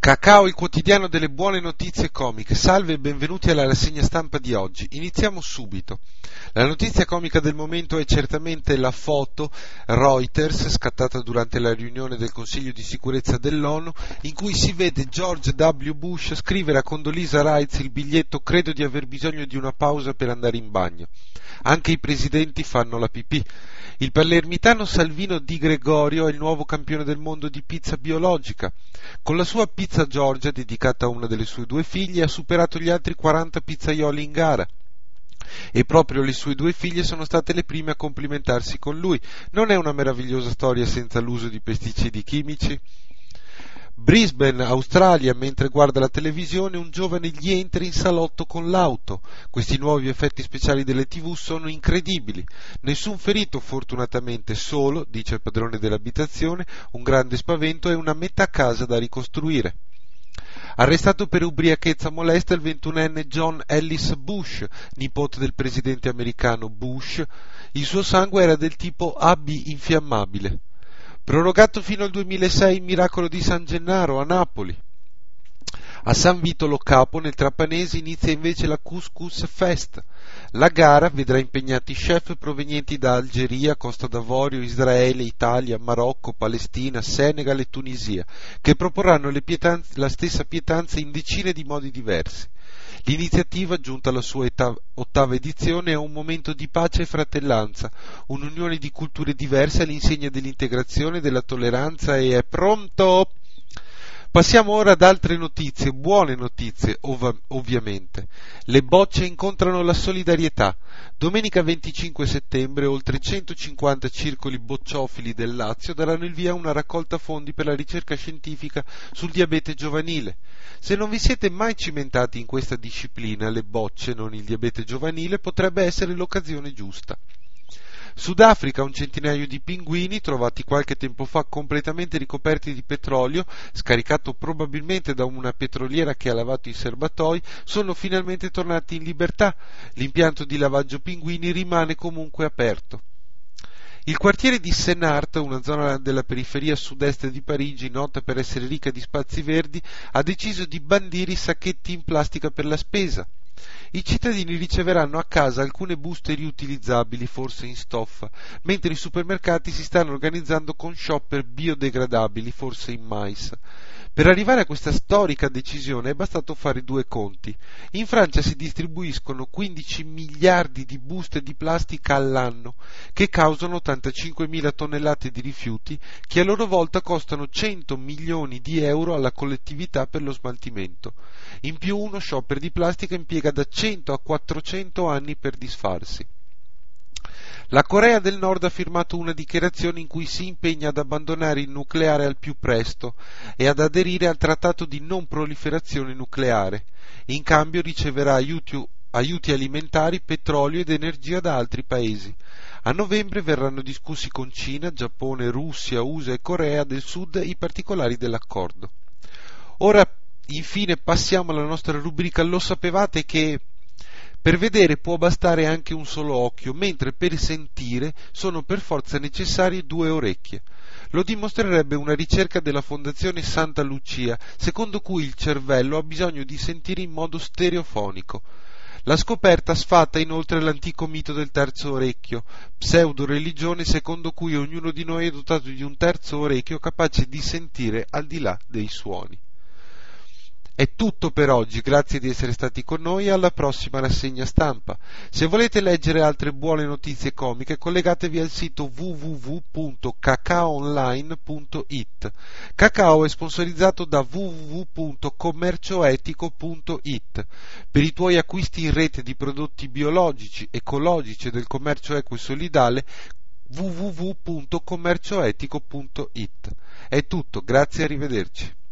Cacao, il quotidiano delle buone notizie comiche. Salve e benvenuti alla rassegna stampa di oggi. Iniziamo subito. La notizia comica del momento è certamente la foto Reuters scattata durante la riunione del Consiglio di sicurezza dell'ONU, in cui si vede George W. Bush scrivere a Condoleezza Rice il biglietto "Credo di aver bisogno di una pausa per andare in bagno". Anche i presidenti fanno la pipì. Il palermitano Salvino Di Gregorio è il nuovo campione del mondo di pizza biologica. Con la sua Pizza Georgia, dedicata a una delle sue due figlie, ha superato gli altri 40 pizzaioli in gara. E proprio le sue due figlie sono state le prime a complimentarsi con lui. Non è una meravigliosa storia senza l'uso di pesticidi chimici? Brisbane, Australia, mentre guarda la televisione un giovane gli entra in salotto con l'auto. Questi nuovi effetti speciali delle TV sono incredibili. Nessun ferito fortunatamente, solo, dice il padrone dell'abitazione, un grande spavento e una metà casa da ricostruire. Arrestato per ubriachezza molesta il 21enne John Ellis Bush, nipote del presidente americano Bush. Il suo sangue era del tipo AB infiammabile. Prorogato fino al 2006 il miracolo di San Gennaro a Napoli. A San Vito Lo Capo, nel Trapanese, inizia invece la Couscous Fest. La gara vedrà impegnati chef provenienti da Algeria, Costa d'Avorio, Israele, Italia, Marocco, Palestina, Senegal e Tunisia, che proporranno la stessa pietanza in decine di modi diversi. L'iniziativa, giunta alla sua ottava edizione, è un momento di pace e fratellanza, un'unione di culture diverse all'insegna dell'integrazione e della tolleranza e è pronto! Passiamo ora ad altre notizie, buone notizie, ovviamente. Le bocce incontrano la solidarietà. Domenica 25 settembre oltre 150 circoli bocciofili del Lazio daranno il via a una raccolta fondi per la ricerca scientifica sul diabete giovanile. Se non vi siete mai cimentati in questa disciplina, le bocce, non il diabete giovanile, potrebbe essere l'occasione giusta. Sudafrica, un centinaio di pinguini, trovati qualche tempo fa completamente ricoperti di petrolio, scaricato probabilmente da una petroliera che ha lavato i serbatoi, sono finalmente tornati in libertà. L'impianto di lavaggio pinguini rimane comunque aperto. Il quartiere di Sénart, una zona della periferia sud-est di Parigi, nota per essere ricca di spazi verdi, ha deciso di bandire i sacchetti in plastica per la spesa. I cittadini riceveranno a casa alcune buste riutilizzabili, forse in stoffa, mentre i supermercati si stanno organizzando con shopper biodegradabili, forse in mais. Per arrivare a questa storica decisione è bastato fare due conti. In Francia si distribuiscono 15 miliardi di buste di plastica all'anno, che causano 85.000 tonnellate di rifiuti, che a loro volta costano 100 milioni di euro alla collettività per lo smaltimento. In più uno shopper di plastica impiega da 100 a 400 anni per disfarsi. La Corea del Nord ha firmato una dichiarazione in cui si impegna ad abbandonare il nucleare al più presto e ad aderire al trattato di non proliferazione nucleare. In cambio riceverà aiuti alimentari, petrolio ed energia da altri paesi. A novembre verranno discussi con Cina, Giappone, Russia, USA e Corea del Sud i particolari dell'accordo. Ora, infine, passiamo alla nostra rubrica Lo sapevate che... Per vedere può bastare anche un solo occhio, mentre per sentire sono per forza necessarie due orecchie. Lo dimostrerebbe una ricerca della Fondazione Santa Lucia, secondo cui il cervello ha bisogno di sentire in modo stereofonico. La scoperta sfata inoltre l'antico mito del terzo orecchio, pseudo-religione secondo cui ognuno di noi è dotato di un terzo orecchio capace di sentire al di là dei suoni. È tutto per oggi, grazie di essere stati con noi e alla prossima rassegna stampa. Se volete leggere altre buone notizie comiche, collegatevi al sito www.cacaoonline.it. Cacao è sponsorizzato da www.commercioetico.it. Per i tuoi acquisti in rete di prodotti biologici, ecologici e del commercio equo e solidale, www.commercioetico.it. È tutto, grazie e arrivederci.